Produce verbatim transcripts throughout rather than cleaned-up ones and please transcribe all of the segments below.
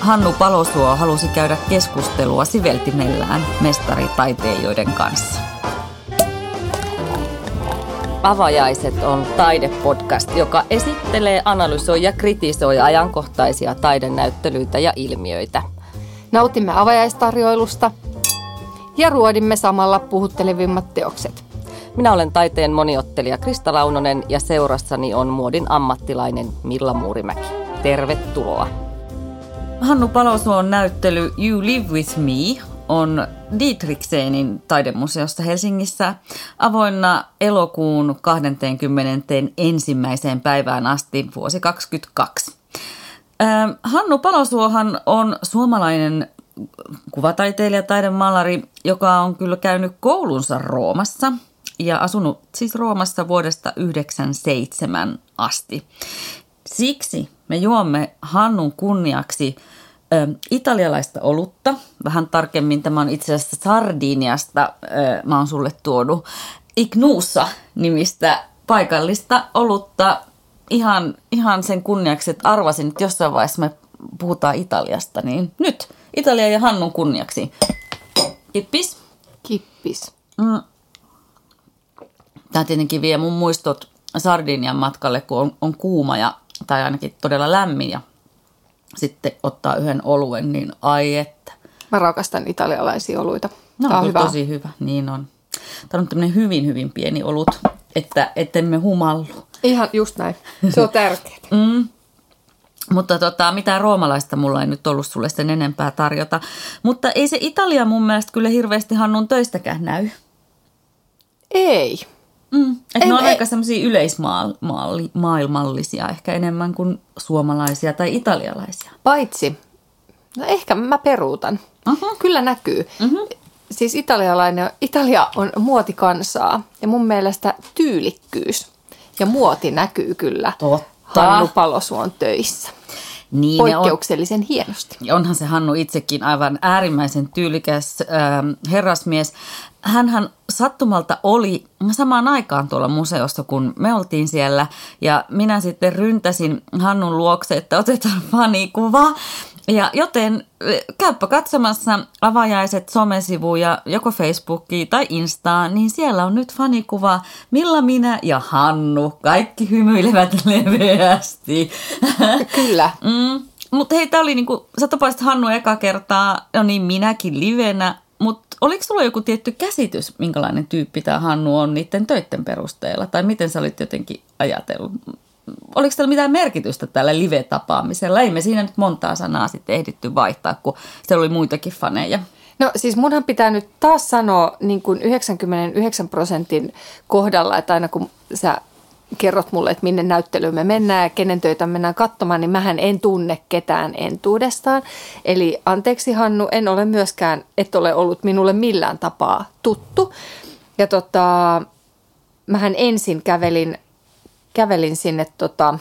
Hannu Palosuo halusi käydä keskustelua siveltimellään mestaritaiteilijoiden kanssa. Avajaiset on taidepodcast, joka esittelee, analysoi ja kritisoi ajankohtaisia taidenäyttelyitä ja ilmiöitä. Nautimme avajaistarjoilusta ja ruodimme samalla puhuttelevimmat teokset. Minä olen taiteen moniottelija Krista Launonen ja seurassani on muodin ammattilainen Milla Muurimäki. Tervetuloa. Hannu Palosuon näyttely You Live With Me on Dietrichsenin taidemuseossa Helsingissä avoinna elokuun kahdeskymmenesensimmäinen päivään asti vuosi kaksikymmentäkaksi. Äh, Hannu Palosuohan on suomalainen kuvataiteilija, taidemaalari, joka on kyllä käynyt koulunsa Roomassa ja asunut siis Roomassa vuodesta yhdeksänkymmentäseitsemän asti. Siksi me juomme Hannun kunniaksi ö, italialaista olutta. Vähän tarkemmin tämä on itse asiassa Sardiniasta. Ö, mä oon sulle tuonut Ignusa-nimistä paikallista olutta ihan, ihan sen kunniaksi, että arvasin, että jossain vaiheessa me puhutaan Italiasta. Niin nyt Italia ja Hannun kunniaksi. Kippis. Kippis. Mm. Tämä tietenkin vie mun muistot Sardinian matkalle, kun on, on kuuma ja, tai ainakin todella lämmin ja sitten ottaa yhden oluen, niin ai että. Mä rakastan italialaisia oluita. No Tämä on on hyvä. Tosi hyvä, niin on. Tämä on tämmöinen hyvin, hyvin pieni olut, että ettemme humallu. Ihan just näin. Se on tärkeää. mm. Mutta tota, mitään roomalaista mulla ei nyt ollut sulle sen enempää tarjota. Mutta ei se Italia mun mielestä kyllä hirveästi Hannun töistäkään näy. Ei. Mm. Että Ei, ne on ei. aika semmoisia yleismaailmallisia ehkä enemmän kuin suomalaisia tai italialaisia. Paitsi, no ehkä mä peruutan. Uh-huh. Kyllä näkyy. Uh-huh. Siis italialainen, Italia on muotikansaa ja mun mielestä tyylikkyys ja muoti näkyy kyllä Totta. Hannu Palosuon töissä. Niin, Poikkeuksellisen on, hienosti. Onhan se Hannu itsekin aivan äärimmäisen tyylikäs äh, herrasmies. Hänhän sattumalta oli samaan aikaan tuolla museossa, kun me oltiin siellä. Ja minä sitten ryntäsin Hannun luokse, että otetaan fanikuva. Ja joten käyppä katsomassa Avajaiset somesivuja, joko Facebookiin tai Instaan, niin siellä on nyt fanikuva Milla, minä ja Hannu. Kaikki hymyilevät leveästi. Kyllä. mm, mutta hei, tää oli niinku, sä tapasit Hannu eka kertaa, no niin minäkin livenä, mutta oliko sulla joku tietty käsitys, minkälainen tyyppi tämä Hannu on niiden töiden perusteella? Tai miten sä olit jotenkin ajatellut? Oliko teillä mitään merkitystä tällä live-tapaamisella? Ei me siinä nyt montaa sanaa sitten ehditty vaihtaa, kun siellä oli muitakin faneja. No siis munhan pitää nyt taas sanoa niin kuin yhdeksänkymmentäyhdeksän prosentin kohdalla, että aina kun sä kerrot mulle, että minne näyttelyyn me mennään ja kenen töitä mennään katsomaan, niin mähän en tunne ketään entuudestaan. Eli anteeksi Hannu, en ole myöskään, et ole ollut minulle millään tapaa tuttu. Ja tota, mähän ensin kävelin Kävelin sinne tota,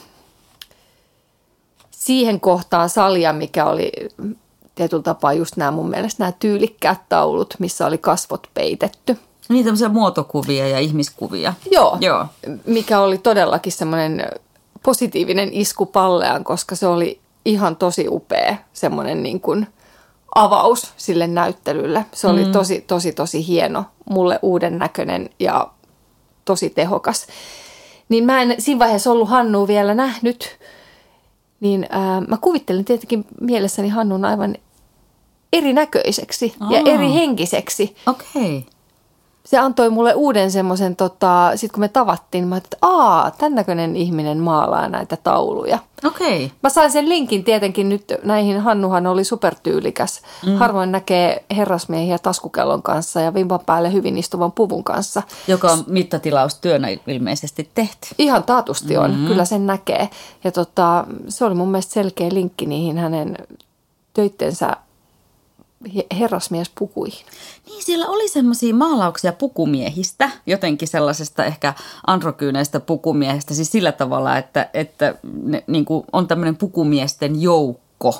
siihen kohtaan salia, mikä oli tietyllä tapaa just nämä mun mielestä nämä tyylikkäät taulut, missä oli kasvot peitetty. Niin tämmöisiä muotokuvia ja ihmiskuvia. Joo, Joo. Mikä oli todellakin semmoinen positiivinen isku palleaan, koska se oli ihan tosi upea semmoinen niin kuin avaus sille näyttelylle. Se oli mm. tosi, tosi, tosi hieno, mulle uuden näköinen ja tosi tehokas. Niin mä en siinä vaiheessa ollut Hannua vielä nähnyt, niin ää, mä kuvittelen tietenkin mielessäni Hannun aivan erinäköiseksi Aa. ja eri henkiseksi. Okei. Okay. Se antoi mulle uuden semmoisen, tota, sit kun me tavattiin, mä ajattelin, että aa, tämän näköinen ihminen maalaa näitä tauluja. Okei. Okay. Mä sain sen linkin tietenkin nyt näihin, Hannuhan oli supertyylikäs. Mm. Harvoin näkee herrasmiehiä taskukellon kanssa ja vimpan päälle hyvin istuvan puvun kanssa. Joka on mittatilaustyönä ilmeisesti tehty. Ihan taatusti on, mm. kyllä sen näkee. Ja tota, se oli mun mielestä selkeä linkki niihin hänen töittensä herrasmiespukuihin. Niin, siellä oli semmoisia maalauksia pukumiehistä, jotenkin sellaisesta ehkä androkyyneistä pukumiehestä, siis sillä tavalla, että, että ne, niin kuin on tämmöinen pukumiesten joukko.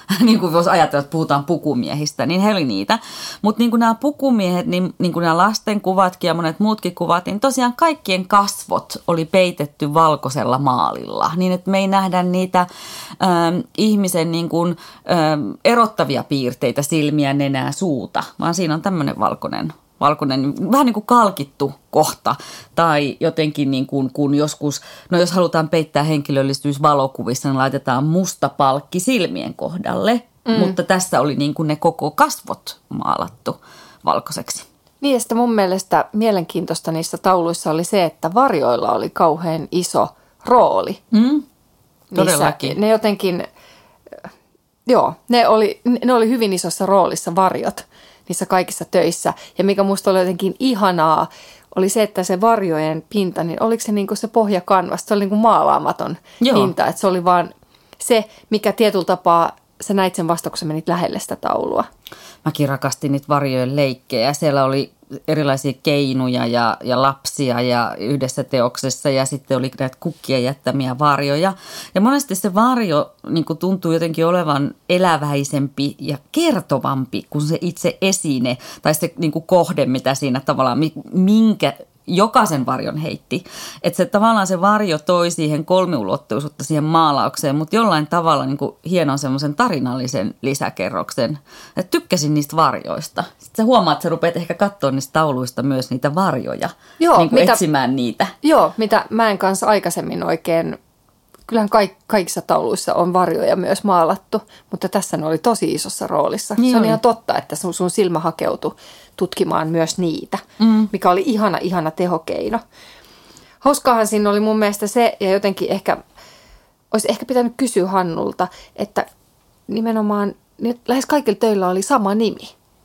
niin kuin voisi ajatella, että puhutaan pukumiehistä, niin he oli niitä. Mutta niin kuin nämä pukumiehet, niin, niin kuin nämä lasten kuvatkin ja monet muutkin kuvat, niin tosiaan kaikkien kasvot oli peitetty valkoisella maalilla. Niin, että me ei nähdä niitä ähm, ihmisen niin kuin, ähm, erottavia piirteitä, silmiä, nenää, suuta, vaan siinä on tämmöinen valkoinen Valkoinen, vähän niin kuin kalkittu kohta tai jotenkin niin kuin, kun joskus, no jos halutaan peittää henkilöllisyys valokuvissa, niin laitetaan musta palkki silmien kohdalle, mm. mutta tässä oli niin kuin ne koko kasvot maalattu valkoiseksi. Niin ja sitten mun mielestä mielenkiintoista niissä tauluissa oli se, että varjoilla oli kauhean iso rooli. Mm. Todellakin. Niissä, ne jotenkin, joo, ne oli, ne oli hyvin isossa roolissa varjot niissä kaikissa töissä. Ja mikä musta oli jotenkin ihanaa, oli se, että se varjojen pinta, niin oliko se niin kuin se pohjakanvas, se oli niin kuin maalaamaton Joo. pinta. Että se oli vaan se, mikä tietyllä tapaa, sä näit sen vasta, kun sä menit lähelle sitä taulua. Mäkin rakastin niitä varjojen leikkejä. Siellä oli erilaisia keinuja ja, ja lapsia ja yhdessä teoksessa ja sitten oli näitä kukkien jättämiä varjoja. Ja monesti se varjo niin kuin tuntuu jotenkin olevan eläväisempi ja kertovampi kuin se itse esine tai se niin kuin kohde, mitä siinä tavallaan, minkä jokaisen varjon heitti. Että se tavallaan se varjo toi siihen kolmiulotteisuutta siihen maalaukseen, mutta jollain tavalla niin kuin hienon semmoisen tarinallisen lisäkerroksen. Et tykkäsin niistä varjoista. Sitten sä huomaat, että sä rupeat ehkä katsoa niistä tauluista myös niitä varjoja, joo, niin kuin mitä, etsimään niitä. Joo, mitä mä en kanssa aikaisemmin oikein, kyllähän kaik, kaikissa tauluissa on varjoja myös maalattu, mutta tässä ne oli tosi isossa roolissa. Niin se on oli. Ihan totta, että sun, sun silmä hakeutui tutkimaan myös niitä, mm. mikä oli ihana, ihana tehokeino. Hauskaahan siinä oli mun mielestä se, ja jotenkin ehkä, olisi ehkä pitänyt kysyä Hannulta, että nimenomaan lähes kaikilla töillä oli sama nimi.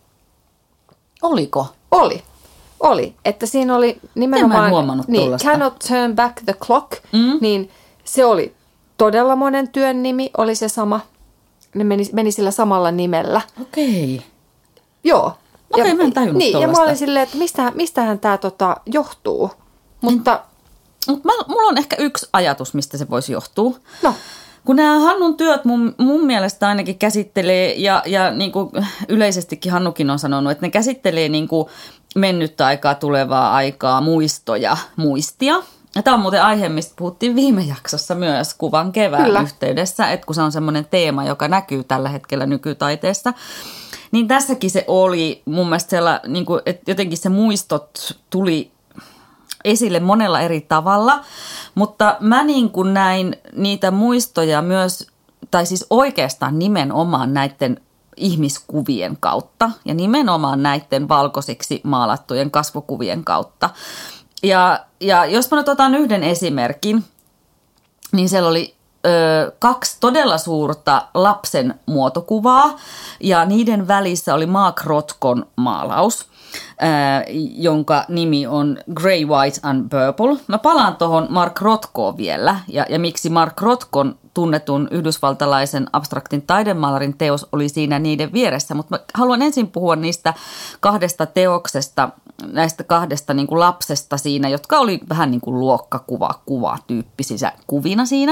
Oliko? Oli. Oli. Että siinä oli nimenomaan, en mä huomannut niin, tuollaista. Cannot Turn Back the Clock, mm. niin se oli todella monen työn nimi, oli se sama. Ne meni, meni sillä samalla nimellä. Okei. Okay. Joo. Okei, okay, mä en tajunnut niin, tuollaista. Ja mä olin silleen, että mistähän, mistähän tämä tota, johtuu. Mutta Mut mä, mulla on ehkä yksi ajatus, mistä se voisi johtua. No. Kun nämä Hannun työt mun, mun mielestä ainakin käsittelee, ja, ja niin kuin yleisestikin Hannukin on sanonut, että ne käsittelee niin kuin mennyttä aikaa, tulevaa aikaa, muistoja, muistia. Ja tämä on muuten aihe, mistä puhuttiin viime jaksossa myös kuvan kevään Kyllä. yhteydessä, että kun se on semmoinen teema, joka näkyy tällä hetkellä nykytaiteessa. Niin tässäkin se oli mun mielestä siellä, niin kuin, että jotenkin se muistot tuli esille monella eri tavalla, mutta mä niin kuin näin niitä muistoja myös, tai siis oikeastaan nimenomaan näiden ihmiskuvien kautta ja nimenomaan näiden valkoisiksi maalattujen kasvokuvien kautta. Ja, ja jos mä nyt otan yhden esimerkin, niin siellä oli ö, kaksi todella suurta lapsen muotokuvaa ja niiden välissä oli Mark Rothkon maalaus, Äh, jonka nimi on Grey, White and Purple. Mä palaan tuohon Mark Rothkoon vielä, ja, ja miksi Mark Rothkon tunnetun yhdysvaltalaisen abstraktin taidemaalarin teos oli siinä niiden vieressä, mutta mä haluan ensin puhua niistä kahdesta teoksesta, näistä kahdesta niin kuin lapsesta siinä, jotka oli vähän niin kuin luokkakuva, kuva tyyppisissä kuvina siinä.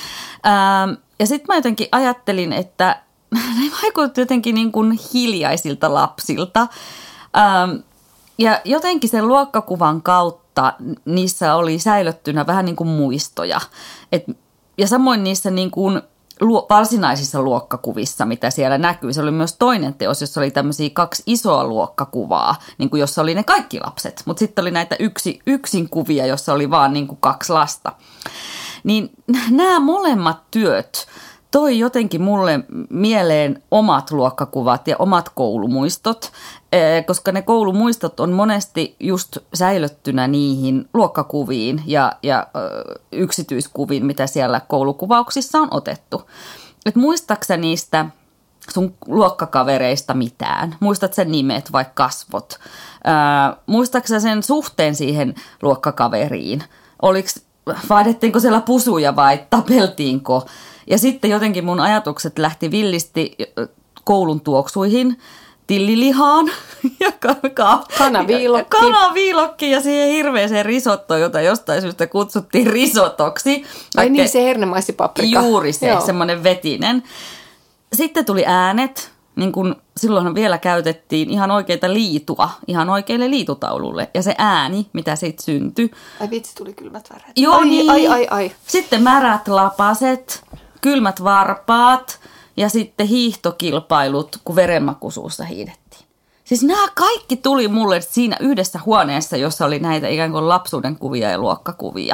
Ähm, ja sitten mä jotenkin ajattelin, että ne vaikutti jotenkin niin kuin hiljaisilta lapsilta. Ähm, ja jotenkin sen luokkakuvan kautta niissä oli säilöttynä vähän niin kuin muistoja. Et, ja samoin niissä niin kuin luo, varsinaisissa luokkakuvissa, mitä siellä näkyy. Se oli myös toinen teos, jossa oli tämmöisiä kaksi isoa luokkakuvaa, niin kuin jossa oli ne kaikki lapset. Mutta sitten oli näitä yksi, yksin kuvia, jossa oli vaan niin kuin kaksi lasta. Niin nämä molemmat työt toi jotenkin mulle mieleen omat luokkakuvat ja omat koulumuistot, koska ne koulumuistot on monesti just säilöttynä niihin luokkakuviin ja, ja yksityiskuviin, mitä siellä koulukuvauksissa on otettu. Et muistatko sä niistä sun luokkakavereista mitään? Muistatko sä nimet vai kasvot? Ää, muistatko sä sen suhteen siihen luokkakaveriin? Oliko, vaadettiinko siellä pusuja vai tapeltiinko? Ja sitten jotenkin mun ajatukset lähti villisti koulun tuoksuihin, tillilihaan ja ka- kanaviilokki. kanaviilokki ja siihen hirveäseen risottoon, jota jostain syystä kutsuttiin risotoksi. Ai niin, se hernemaisipaprika. Juuri se, Joo. semmoinen vetinen. sitten tuli äänet, niin kun silloinhan vielä käytettiin ihan oikeita liitua, ihan oikeille liitutaululle. Ja se ääni, mitä siitä syntyi. Ai vitsi, tuli kylmät väreet. Joo, ai, niin. ai, ai, ai. Sitten märät lapaset, kylmät varpaat ja sitten hiihtokilpailut, kun verenmakuisuussa hiidettiin. Siis nämä kaikki tuli mulle siinä yhdessä huoneessa, jossa oli näitä ikään kuin lapsuuden kuvia ja luokkakuvia.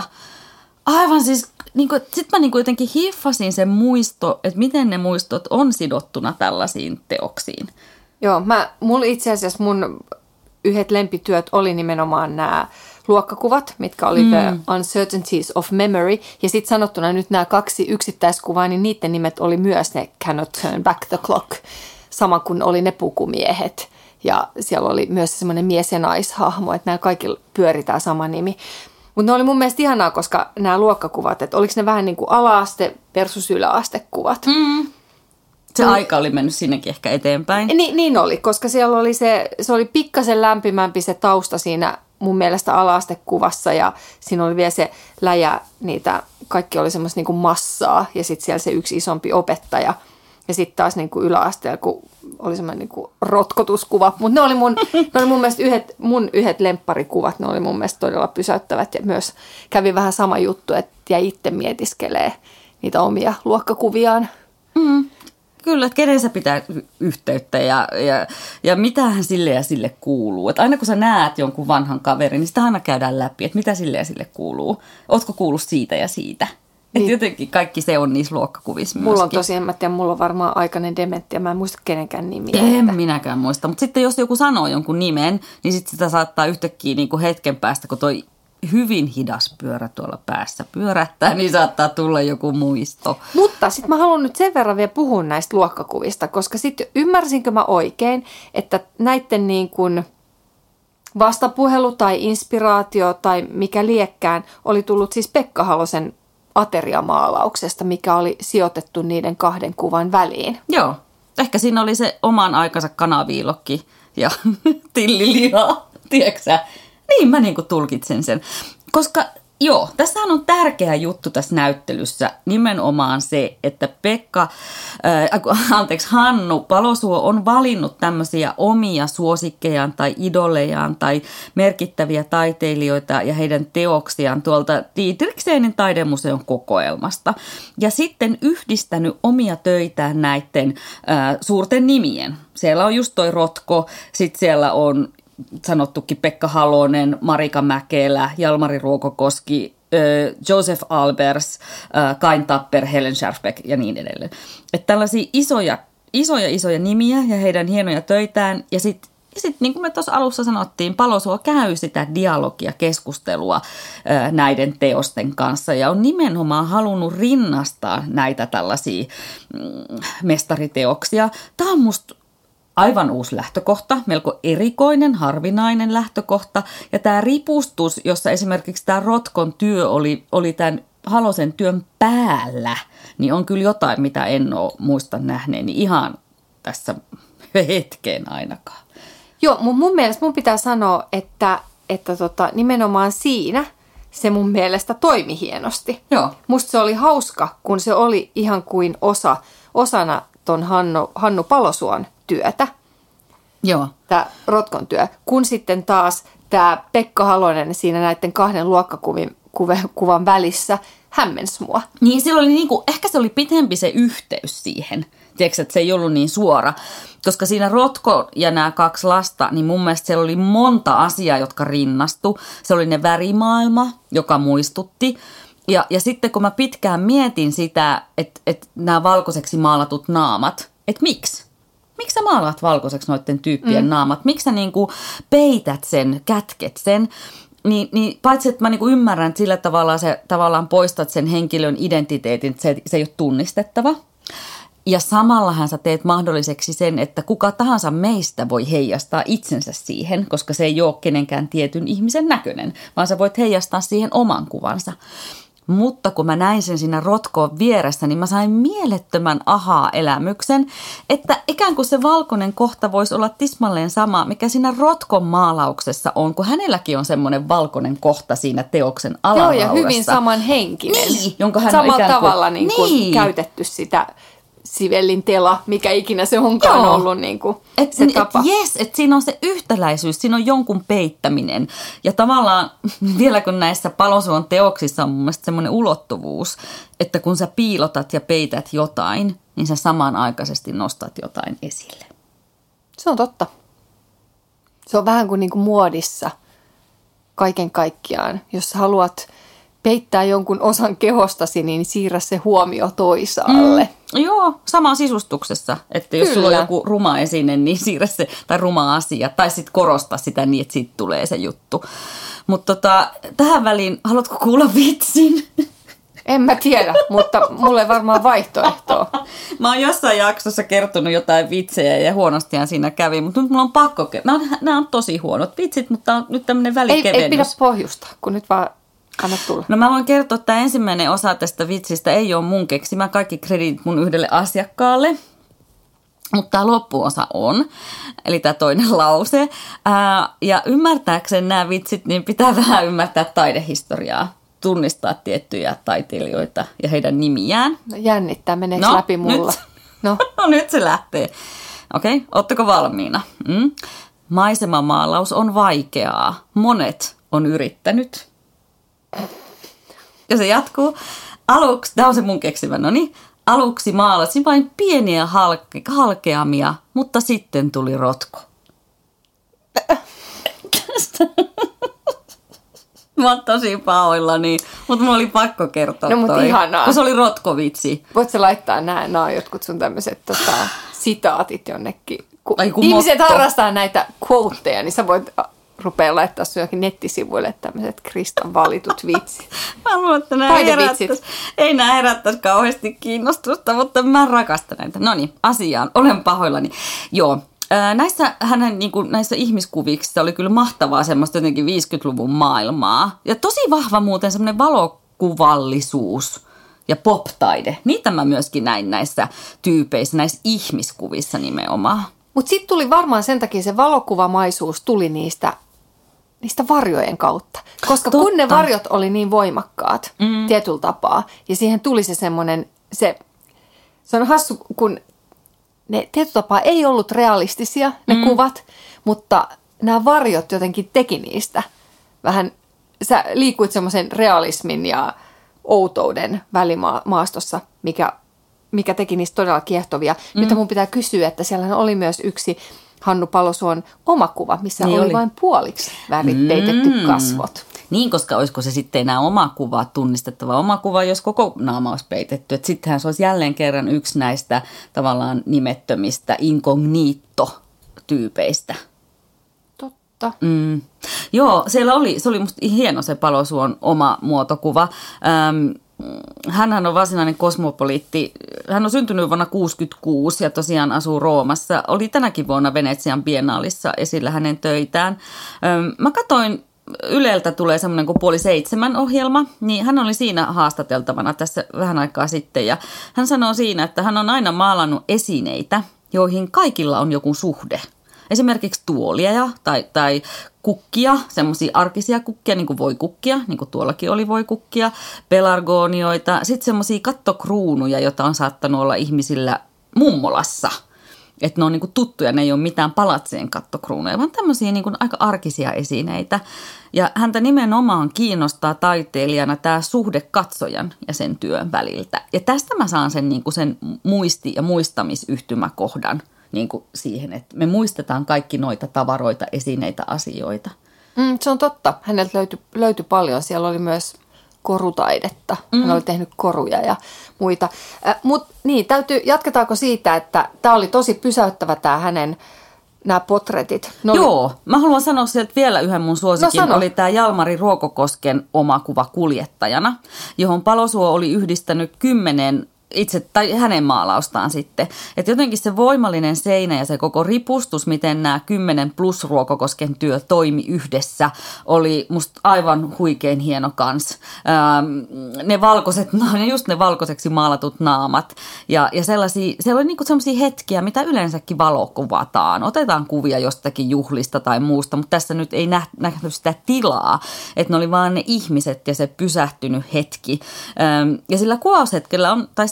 Aivan siis, niin sitten mä niin kuin jotenkin hiffasin sen muisto, että miten ne muistot on sidottuna tällaisiin teoksiin. Joo, mä, mulla itse asiassa mun yhdet lempityöt oli nimenomaan nämä luokkakuvat, mitkä oli mm. The Uncertainties of Memory. Ja sitten sanottuna nyt nämä kaksi yksittäiskuvaa, niin niiden nimet oli myös ne Cannot Turn Back the Clock, sama kuin oli ne pukumiehet. Ja siellä oli myös semmoinen mies- ja naishahmo, että nämä kaikki pyöri tämä sama nimi. Mutta ne oli mun mielestä ihanaa, koska nämä luokkakuvat, että oliko ne vähän niin kuin ala-aste versus yläastekuvat. Mm. Se mm. aika oli mennyt sinnekin ehkä eteenpäin. Niin, niin oli, koska siellä oli se, se oli pikkasen lämpimämpi se tausta siinä mun mielestä ala-astekuvassa ja siinä oli vielä se läjä, niitä, kaikki oli semmoista niin kuin massaa ja sitten siellä se yksi isompi opettaja. Ja sitten taas niin kuin yläasteella, kun oli semmoinen niin kuin rotkotuskuva. Mutta ne oli mun, ne oli mun mielestä yhdet, mun yhdet lempparikuvat. Ne oli mun mielestä todella pysäyttävät. Ja myös kävi vähän sama juttu, että jäi itse mietiskelee niitä omia luokkakuviaan. Mm. Kyllä, että kenen sä pitää yhteyttä ja, ja, ja mitähän sille ja sille kuuluu. Että aina kun sä näet jonkun vanhan kaverin, niin sitä aina käydään läpi, että mitä sille ja sille kuuluu. Ootko kuullut siitä ja siitä? Että niin. Jotenkin kaikki se on niissä luokkakuvissa myöskin. Mulla on tosiaan, mä tiedän, mulla on varmaan aikainen dementia, mä en muista kenenkään nimiä. En että... minäkään muista, mutta sitten jos joku sanoo jonkun nimen, niin sitten sitä saattaa yhtäkkiä niin kuin hetken päästä, kun toi hyvin hidas pyörä tuolla päässä pyörähtää, niin saattaa tulla joku muisto. Mutta sitten mä haluan nyt sen verran vielä puhua näistä luokkakuvista, koska sitten ymmärsinkö mä oikein, että näiden niin kuin vastapuhelu tai inspiraatio tai mikä liekkään oli tullut siis Pekka Halosen ateriamaalauksesta, mikä oli sijoitettu niiden kahden kuvan väliin. Joo, ehkä siinä oli se oman aikansa kanaviilokki ja tilliliha, tiedätkö sä? Niin mä niinku tulkitsen sen, koska joo, tässähän on tärkeä juttu tässä näyttelyssä nimenomaan se, että Pekka, äh, anteeksi Hannu Palosuo on valinnut tämmöisiä omia suosikkejaan tai idolejaan tai merkittäviä taiteilijoita ja heidän teoksiaan tuolta Dietrichsenin taidemuseon kokoelmasta. Ja sitten yhdistänyt omia töitään näiden äh, suurten nimien. Siellä on just toi Rotko, sitten siellä on sanottukin Pekka Halonen, Marika Mäkelä, Jalmari Ruokokoski, Joseph Albers, Kain Tapper, Helen Scherfbeck ja niin edelleen. Että tällaisia isoja, isoja, isoja nimiä ja heidän hienoja töitään. Ja sitten sit, niin kuin me tuossa alussa sanottiin, Palosuo käy sitä dialogia, keskustelua näiden teosten kanssa ja on nimenomaan halunnut rinnastaa näitä tällaisia mm, mestariteoksia. Tämä on musta aivan uusi lähtökohta, melko erikoinen, harvinainen lähtökohta. Ja tämä ripustus, jossa esimerkiksi tämä Rotkon työ oli, oli tämän Halosen työn päällä, niin on kyllä jotain, mitä en ole muista nähneeni ihan tässä hetkeen ainakaan. Joo, mun, mun mielestä mun pitää sanoa, että, että tota, nimenomaan siinä se mun mielestä toimi hienosti. Joo. Musta se oli hauska, kun se oli ihan kuin osa, osana ton Hannu, Hannu Palosuon työtä, Joo. tämä Rotkon työ, kun sitten taas tämä Pekka Halonen siinä näiden kahden luokkakuvan välissä hämmensi mua. Niin, sillä oli niinku, ehkä se oli pitempi se yhteys siihen, tiedätkö, että se ei ollut niin suora, koska siinä Rotko ja nämä kaksi lasta, niin mun mielestä siellä oli monta asiaa, jotka rinnastu. Se oli ne värimaailma, joka muistutti. Ja, ja sitten kun mä pitkään mietin sitä, että, että nämä valkoiseksi maalatut naamat, että miksi? Miksi sä maalaat valkoiseksi noiden tyyppien mm. naamat? Miksi sä niinku peität sen, kätket sen? Niin, niin paitsi, että mä niinku ymmärrän, että sillä tavalla se tavallaan poistat sen henkilön identiteetin, että se, se ei ole tunnistettava. Ja samallahan sä teet mahdolliseksi sen, että kuka tahansa meistä voi heijastaa itsensä siihen, koska se ei ole kenenkään tietyn ihmisen näköinen, vaan sä voit heijastaa siihen oman kuvansa. Mutta kun mä näin sen siinä Rotkoon vieressä, niin mä sain mielettömän ahaa-elämyksen, että ikään kuin se valkoinen kohta voisi olla tismalleen sama, mikä siinä Rotkon maalauksessa on, kun hänelläkin on semmoinen valkoinen kohta siinä teoksen alaraudassa. Joo, ja hyvin samanhenkinen. Niin, jonka hän samalla on ikään kuin, tavalla niin kuin niin. käytetty sitä, Sivellin tela, mikä ikinä se onkaan Joo. ollut niin kuin et, se tapa. Et, yes, että siinä on se yhtäläisyys, siinä on jonkun peittäminen. Ja tavallaan vielä kun näissä Palosuon teoksissa on mun mielestä semmoinen ulottuvuus, että kun sä piilotat ja peität jotain, niin sä samanaikaisesti nostat jotain esille. Se on totta. Se on vähän kuin, niin kuin muodissa kaiken kaikkiaan. Jos haluat peittää jonkun osan kehostasi, niin siirrä se huomio toisaalle. Mm, joo, sama sisustuksessa. Että jos Kyllä. sulla on joku ruma esine, niin siirrä se, tai ruma asia. Tai sitten korosta sitä niin, että siitä tulee se juttu. Mutta tota, tähän väliin, haluatko kuulla vitsin? En mä tiedä, mutta mulle ei varmaan vaihtoehtoa. Mä oon jossain jaksossa kertonut jotain vitsejä ja huonostihan siinä kävi, mutta nyt mulla on pakko. Nämä on, nämä on tosi huonot vitsit, mutta on nyt tämmöinen välikevennys. Ei, ei pidä pohjusta, kun nyt vaan anna tulla. No mä voin kertoa, että tämä ensimmäinen osa tästä vitsistä ei ole mun keksimä. Kaikki krediit mun yhdelle asiakkaalle. Mutta tämä loppuosa on, eli tämä toinen lause. Ää, ja ymmärtääkseni nämä vitsit, niin pitää vähän ymmärtää taidehistoriaa. Tunnistaa tiettyjä taiteilijoita ja heidän nimiään. No jännittää, meneekö no, läpi mulla? Nyt. No. no nyt se lähtee. Okei, okay, ootteko valmiina? Mm. Maisemamaalaus on vaikeaa. Monet on yrittänyt. Ja se jatkuu. Aluksi, tämä on se mun keksimä, no niin. Aluksi maalasin vain pieniä halke, halkeamia, mutta sitten tuli rotko. Mä oon tosi pahoillani, mutta mulla oli pakko kertoa No, mutta toi, ihanaa. kun se oli rotkovitsi. Voit sä laittaa nämä, nämä jotkut sun tämmöiset tota, sitaatit jonnekin. Kun Ai, kun ihmiset motto. harrastaa näitä quoteja, niin sä voit rupea laittaa sun jokin nettisivuille tämmöiset Kristan valitut vitsit. Mä luulen, että nämä herättäisi, ei nämä herättäisi kauheasti kiinnostusta, mutta mä rakastan näitä. No niin, asiaan. Olen pahoillani. Joo. Näissä, hänen, niin kuin, näissä ihmiskuviksissa oli kyllä mahtavaa semmoista jotenkin viisikymmentäluvun maailmaa. Ja tosi vahva muuten semmoinen valokuvallisuus ja pop-taide. Niitä mä myöskin näin näissä tyypeissä, näissä ihmiskuvissa nimenomaan. Mutta sitten tuli varmaan sen takia se valokuvamaisuus tuli niistä, niistä varjojen kautta. Koska Totta. kun ne varjot oli niin voimakkaat mm. tietyllä tapaa ja siihen tuli se semmoinen, se, se on hassu, kun ne tietyllä tapaa ei ollut realistisia ne mm. kuvat, mutta nämä varjot jotenkin teki niistä vähän, sä liikuit semmoisen realismin ja outouden välimaastossa, mikä, mikä teki niistä todella kiehtovia. Mm. Nyt mun pitää kysyä, että siellä oli myös yksi Hannu Palosuon oma kuva, missä niin oli, oli vain puoliksi värit peitetty mm. kasvot. Niin, koska olisiko se sitten enää oma kuva, tunnistettava oma kuva, jos koko naama olisi peitetty. Että sittenhän se olisi jälleen kerran yksi näistä tavallaan nimettömistä incognito-tyypeistä. Totta. Mm. Joo, siellä oli, se oli musta hieno se Palosuon oma muotokuva. Ähm, hänhän on varsinainen kosmopoliitti. Hän on syntynyt vuonna tuhatyhdeksänsataakuusikymmentäkuusi ja tosiaan asuu Roomassa. Oli tänäkin vuonna Venetsian biennaalissa esillä hänen töitään. Ähm, mä katsoin, Yleltä tulee semmoinen kuin puoli seitsemän ohjelma, niin hän oli siinä haastateltavana tässä vähän aikaa sitten. Ja hän sanoo siinä, että hän on aina maalannut esineitä, joihin kaikilla on joku suhde. Esimerkiksi tuolia tai, tai kukkia, semmoisia arkisia kukkia, niin kuin voikukkia, niin kuin tuollakin oli voikukkia, pelargonioita, sitten semmoisia kattokruunuja, joita on saattanut olla ihmisillä mummolassa. Että ne on niinku tuttuja, ne ei ole mitään palatsien kattokruunuja, vaan tämmöisiä niinku aika arkisia esineitä. Ja häntä nimenomaan kiinnostaa taiteilijana tämä suhde katsojan ja sen työn väliltä. Ja tästä mä saan sen, niinku sen muisti- ja muistamisyhtymäkohdan niinku siihen, että me muistetaan kaikki noita tavaroita, esineitä, asioita. Mm, se on totta. Häneltä löytyi, löytyi paljon. Siellä oli myös korutaidetta. Hän mm. oli tehnyt koruja ja muita. Äh, Mutta niin, täytyy, jatketaanko siitä, että tämä oli tosi pysäyttävä tämä hänen nämä potretit. Ne Joo, oli... mä haluan sanoa sieltä vielä yhden mun suosikin. No, oli tämä Jalmari Ruokokosken oma kuva kuljettajana, johon Palosuo oli yhdistänyt kymmenen itse tai hänen maalaustaan sitten. Että jotenkin se voimallinen seinä ja se koko ripustus, miten nämä kymmenen plus Ruokokosken työ toimi yhdessä, oli musta aivan huikein hieno kans. Ähm, ne valkoiset, no just ne valkoiseksi maalatut naamat ja, ja sellaisia, siellä oli niinku sellaisia hetkiä, mitä yleensäkin valokuvataan. Otetaan kuvia jostakin juhlista tai muusta, mutta tässä nyt ei nähty sitä tilaa, että ne oli vaan ne ihmiset ja se pysähtynyt hetki. Ähm, ja sillä kuvaushetkellä on, tai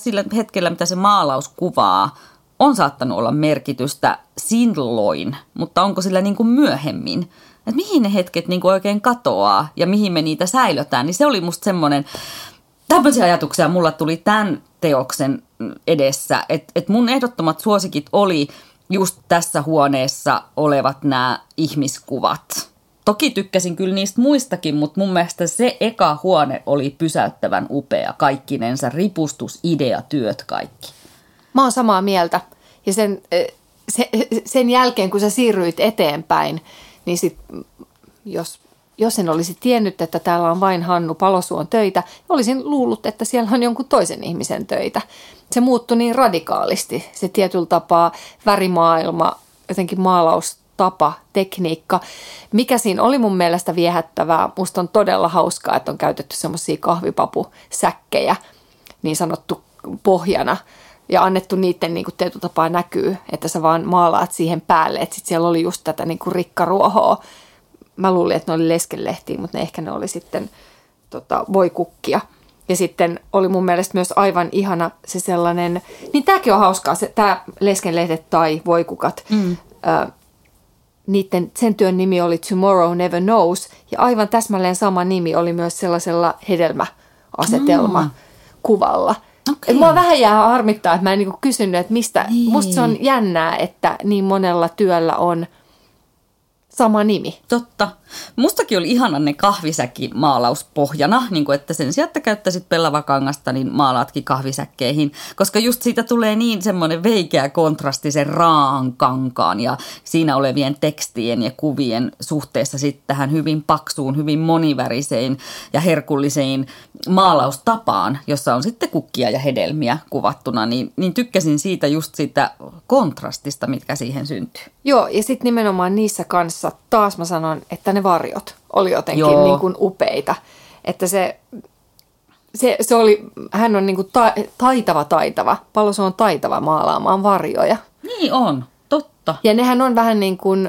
sillä hetkellä, mitä se maalaus kuvaa, on saattanut olla merkitystä silloin, mutta onko sillä niin kuin myöhemmin? Että mihin ne hetket niin kuin oikein katoaa ja mihin me niitä säilötään, niin se oli musta semmoinen, tämmöisiä ajatuksia mulla tuli tämän teoksen edessä, että, että mun ehdottomat suosikit oli just tässä huoneessa olevat nämä ihmiskuvat. Toki tykkäsin kyllä niistä muistakin, mutta mun mielestä se eka huone oli pysäyttävän upea, kaikkinensa, ripustus, idea, työt, kaikki. Mä oon samaa mieltä. Ja sen, sen, sen jälkeen, kun sä siirryit eteenpäin, niin sit, jos, jos en olisi tiennyt, että täällä on vain Hannu Palosuon töitä, olisin luullut, että siellä on jonkun toisen ihmisen töitä. Se muuttui niin radikaalisti, se tietyllä tapaa värimaailma, jotenkin maalaustapa, tekniikka. Mikä siinä oli mun mielestä viehättävää, musta on todella hauskaa, että on käytetty semmoisia kahvipapusäkkejä, niin sanottu pohjana, ja annettu niiden niin kuin tietyllä tapaa näkyy, että sä vaan maalaat siihen päälle, että sit siellä oli just tätä niin kuin rikkaruohoa. Mä luulin, että ne oli leskenlehtiä, mutta ne ehkä ne oli sitten tota, voikukkia. Ja sitten oli mun mielestä myös aivan ihana se sellainen, niin tämäkin on hauskaa, se, tämä leskenlehdet tai voikukat. Mm. Ö, niiden, sen työn nimi oli Tomorrow Never Knows, ja aivan täsmälleen sama nimi oli myös sellaisella hedelmäasetelma-kuvalla. Okay. Mua vähän jää harmittaa, että mä en niinku kysynyt, että mistä. Niin. Musta se on jännää, että niin monella työllä on sama nimi. Totta. Mustakin oli ihana ne kahvisäkin maalauspohjana, niin kuin että sen sijaan, että käyttäisit pellavakangasta, niin maalaatkin kahvisäkkeihin, koska just siitä tulee niin semmoinen veikeä kontrasti sen raan kankaan ja siinä olevien tekstien ja kuvien suhteessa sitten tähän hyvin paksuun, hyvin moniväriseen ja herkulliseen maalaustapaan, jossa on sitten kukkia ja hedelmiä kuvattuna, niin, niin tykkäsin siitä just siitä kontrastista, mitkä siihen syntyy. Joo, ja sitten nimenomaan niissä kanssa taas mä sanon, että ne varjot oli jotenkin niin kuin upeita. Että se, se, se oli, hän on niin kuin ta, taitava taitava. Palosuo on taitava maalaamaan varjoja. Niin on, totta. Ja nehän on vähän niin kuin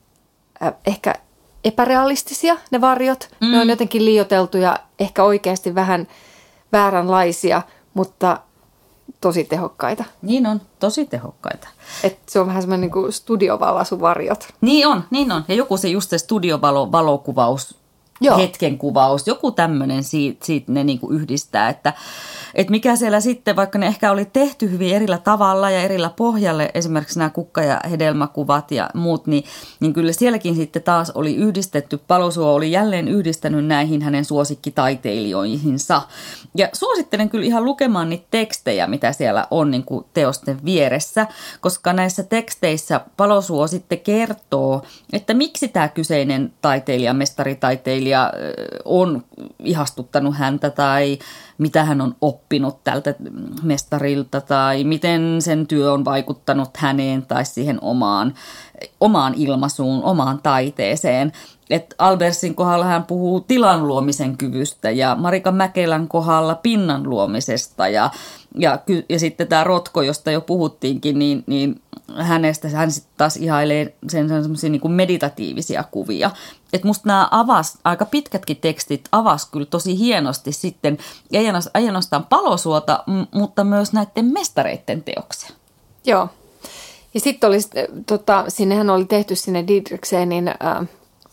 äh, ehkä epärealistisia ne varjot. Mm. Ne on jotenkin liioiteltuja, ehkä oikeasti vähän vääränlaisia, mutta tosi tehokkaita. Niin on, tosi tehokkaita. Et se on vähän semmoinen niin kuin studiovalasuvarjot. Niin on, niin on. Ja joku se just se studiovalo, valokuvaus, Joo. hetkenkuvaus, joku tämmöinen siitä, siitä ne niin kuin yhdistää, että, että mikä siellä sitten, vaikka ne ehkä oli tehty hyvin erillä tavalla ja erillä pohjalle, esimerkiksi nämä kukka- ja hedelmäkuvat ja muut, niin, niin kyllä sielläkin sitten taas oli yhdistetty, Palosuo oli jälleen yhdistänyt näihin hänen suosikkitaiteilijoihinsa. Ja suosittelen kyllä ihan lukemaan niitä tekstejä, mitä siellä on niin kuin teosten vieressä, koska näissä teksteissä Palosuo sitten kertoo, että miksi tämä kyseinen taiteilija, mestaritaiteilija on ihastuttanut häntä tai mitä hän on oppinut tältä mestarilta tai miten sen työ on vaikuttanut häneen tai siihen omaan, omaan ilmaisuun, omaan taiteeseen. Et Albersin kohdalla hän puhuu tilan luomisen kyvystä ja Marika Mäkelän kohdalla pinnan luomisesta ja, ja, ja sitten tämä Rotko, josta jo puhuttiinkin, niin, niin hänestä hän sitten taas ihailee sen semmoisia niin kuin meditatiivisia kuvia. Että musta nämä avas, aika pitkätkin tekstit avas kyllä tosi hienosti sitten, ei ainoastaan Palosuota, mutta myös näiden mestareiden teoksia. Joo. Ja sitten oli, tota, sinnehän oli tehty sinne Didriksenin äh,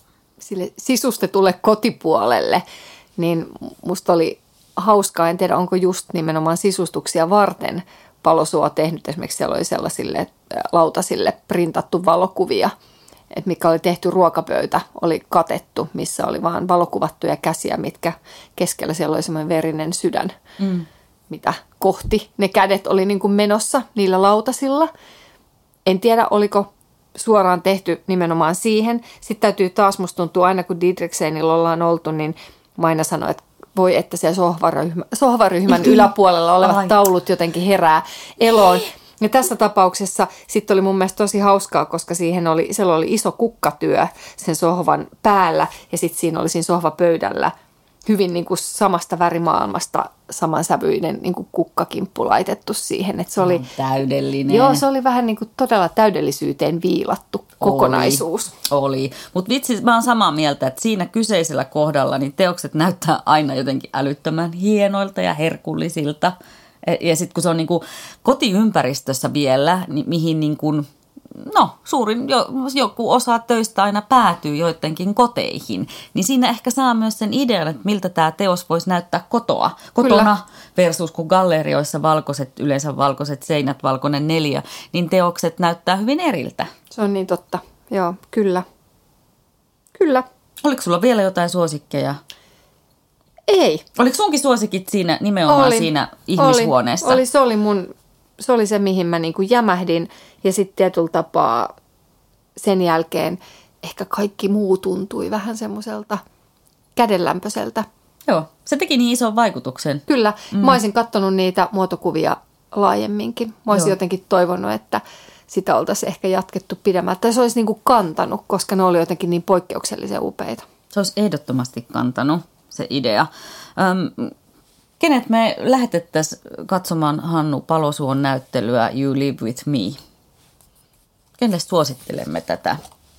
sille sisustetulle kotipuolelle, niin musta oli hauskaa, en tiedä onko just nimenomaan sisustuksia varten Palosuo tehnyt, esimerkiksi siellä oli sellaisille lautasille printattu valokuvia, että mikä oli tehty ruokapöytä, oli katettu, missä oli vaan valokuvattuja käsiä, mitkä keskellä siellä oli semmoinen verinen sydän, mm. mitä kohti ne kädet oli niin kuin menossa niillä lautasilla. En tiedä, oliko suoraan tehty nimenomaan siihen. Sitten täytyy taas, musta tuntuu aina kun Didriksenillä ollaan oltu, niin mä aina sanoin, että voi, että siellä sohvaryhmä, sohvaryhmän yläpuolella olevat Ai. taulut jotenkin herää eloon. Ja tässä tapauksessa sitten oli mun mielestä tosi hauskaa, koska siihen oli, siellä oli iso kukkatyö sen sohvan päällä ja sitten siinä oli siinä sohvapöydällä hyvin niin kuin samasta värimaailmasta samansävyinen niin kuin kukkakimppu laitettu siihen. Että se oli täydellinen. Joo, se oli vähän niin kuin todella täydellisyyteen viilattu kokonaisuus. Oli, oli. Mutta vitsi, mä oon samaa mieltä, että siinä kyseisellä kohdalla niin teokset näyttää aina jotenkin älyttömän hienoilta ja herkullisilta. Ja sitten kun se on niin kuin kotiympäristössä vielä, niin mihin niin kuin, no suurin jo, joku osa töistä aina päätyy joidenkin koteihin, niin siinä ehkä saa myös sen idean, että miltä tämä teos voisi näyttää kotoa, kotona Kyllä. versus kun gallerioissa valkoiset, yleensä valkoiset seinät, valkoinen neljä, niin teokset näyttää hyvin eriltä. Se on niin totta, joo, kyllä. Kyllä. Oliko sulla vielä jotain suosikkeja? Ei. Oliko sunkin suosikit siinä nimenomaan oli, siinä ihmishuoneessa? Oli, oli, se oli mun, se oli se mihin mä niinku jämähdin ja sitten tietyllä tapaa sen jälkeen ehkä kaikki muu tuntui vähän semmoiselta kädenlämpöiseltä. Joo, se teki niin ison vaikutuksen. Kyllä, mm. mä olisin katsonut niitä muotokuvia laajemminkin. Mä olisin Joo. jotenkin toivonut, että sitä oltaisiin ehkä jatkettu pidemmältä. Tai se olisi niinku kantanut, koska ne oli jotenkin niin poikkeuksellisen upeita. Se olisi ehdottomasti kantanut. Se idea. Öm, kenet me lähetettäisiin katsomaan Hannu Palosuon näyttelyä You Live With Me? Kenelle suosittelemme tätä?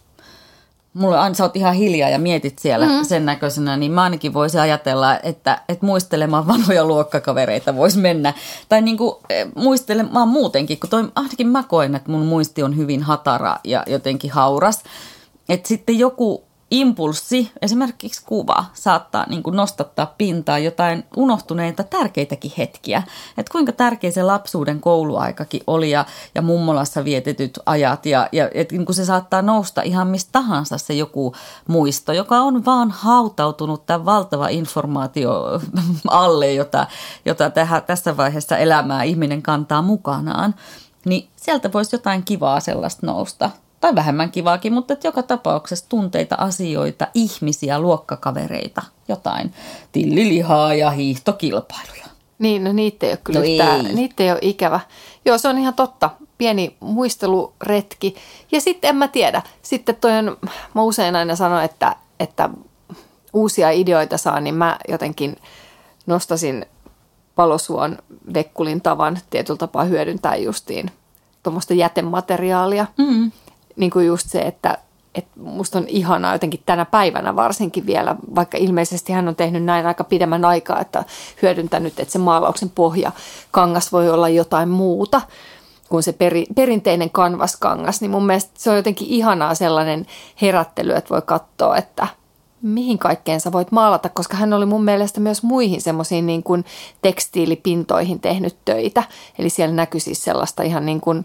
Mulle aina sä oot ihan hiljaa ja mietit siellä mm-hmm. sen näköisenä, niin mä ainakin voisin ajatella, että, että muistelemaan vanhoja luokkakavereita voisi mennä. Tai niin kuin muistelemaan muutenkin, kun toi, ainakin mä koen, että mun muisti on hyvin hatara ja jotenkin hauras. Että sitten joku impulssi, esimerkiksi kuva, saattaa niin kuin nostattaa pintaan jotain unohtuneita tärkeitäkin hetkiä. Että kuinka tärkeä se lapsuuden kouluaikakin oli ja, ja mummolassa vietetyt ajat. Ja, ja että niin kuin se saattaa nousta ihan mistä tahansa se joku muisto, joka on vaan hautautunut tämän valtava informaatio alle, jota, jota tähän, tässä vaiheessa elämää ihminen kantaa mukanaan. Niin sieltä voisi jotain kivaa sellaista nousta. Tai vähemmän kivaakin, mutta että joka tapauksessa tunteita, asioita, ihmisiä, luokkakavereita, jotain tillilihaa ja hiihtokilpailuja. Niin, no niitä ei ole kyllä no yhtään, ei. Niitä ei ole ikävä. Joo, se on ihan totta. Pieni muisteluretki. Ja sitten en mä tiedä. Sitten toi on, mä usein aina sanon, että, että uusia ideoita saa, niin mä jotenkin nostasin Palosuon Vekkulin tavan tietyllä tapaa hyödyntää justiin tuommoista jätemateriaalia. Mm. Niin kuin just se, että, että musta on ihanaa jotenkin tänä päivänä varsinkin vielä, vaikka ilmeisesti hän on tehnyt näin aika pidemmän aikaa, että hyödyntänyt, että se maalauksen pohja kangas voi olla jotain muuta kuin se peri, perinteinen kanvaskangas. Niin mun mielestä se on jotenkin ihanaa sellainen herättely, että voi katsoa, että mihin kaikkeen sä voit maalata, koska hän oli mun mielestä myös muihin semmoisiin niin kuin tekstiilipintoihin tehnyt töitä. Eli siellä näkyi siis sellaista ihan niin kuin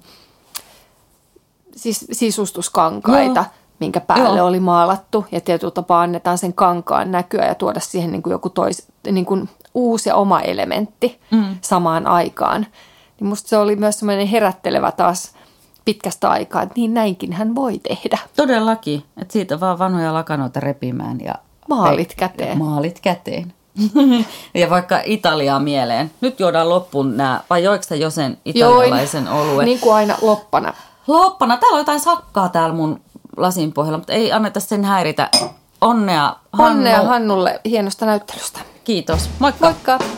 siis sisustuskankaita, Joo. minkä päälle Joo. oli maalattu. Ja tietyllä tapaa annetaan sen kankaan näkyä ja tuoda siihen niin kuin joku tois, niin kuin uusi ja oma elementti mm. samaan aikaan. Niin musta se oli myös semmoinen herättelevä taas pitkästä aikaa, että niin näinkin hän voi tehdä. Todellakin, että siitä vaan vanhoja lakanoita repimään ja maalit hei, käteen. Maalit käteen. Ja vaikka Italiaa mieleen. Nyt juodaan loppuun nämä, vai joiko sä jo sen italialaisen Join. oluen? Niin kuin aina loppana. Loppana. Täällä on jotain sakkaa täällä mun lasin pohjalla, mutta ei anneta sen häiritä. Onnea Hannu. Onnea Hannulle hienosta näyttelystä. Kiitos. Moikka. Moikka.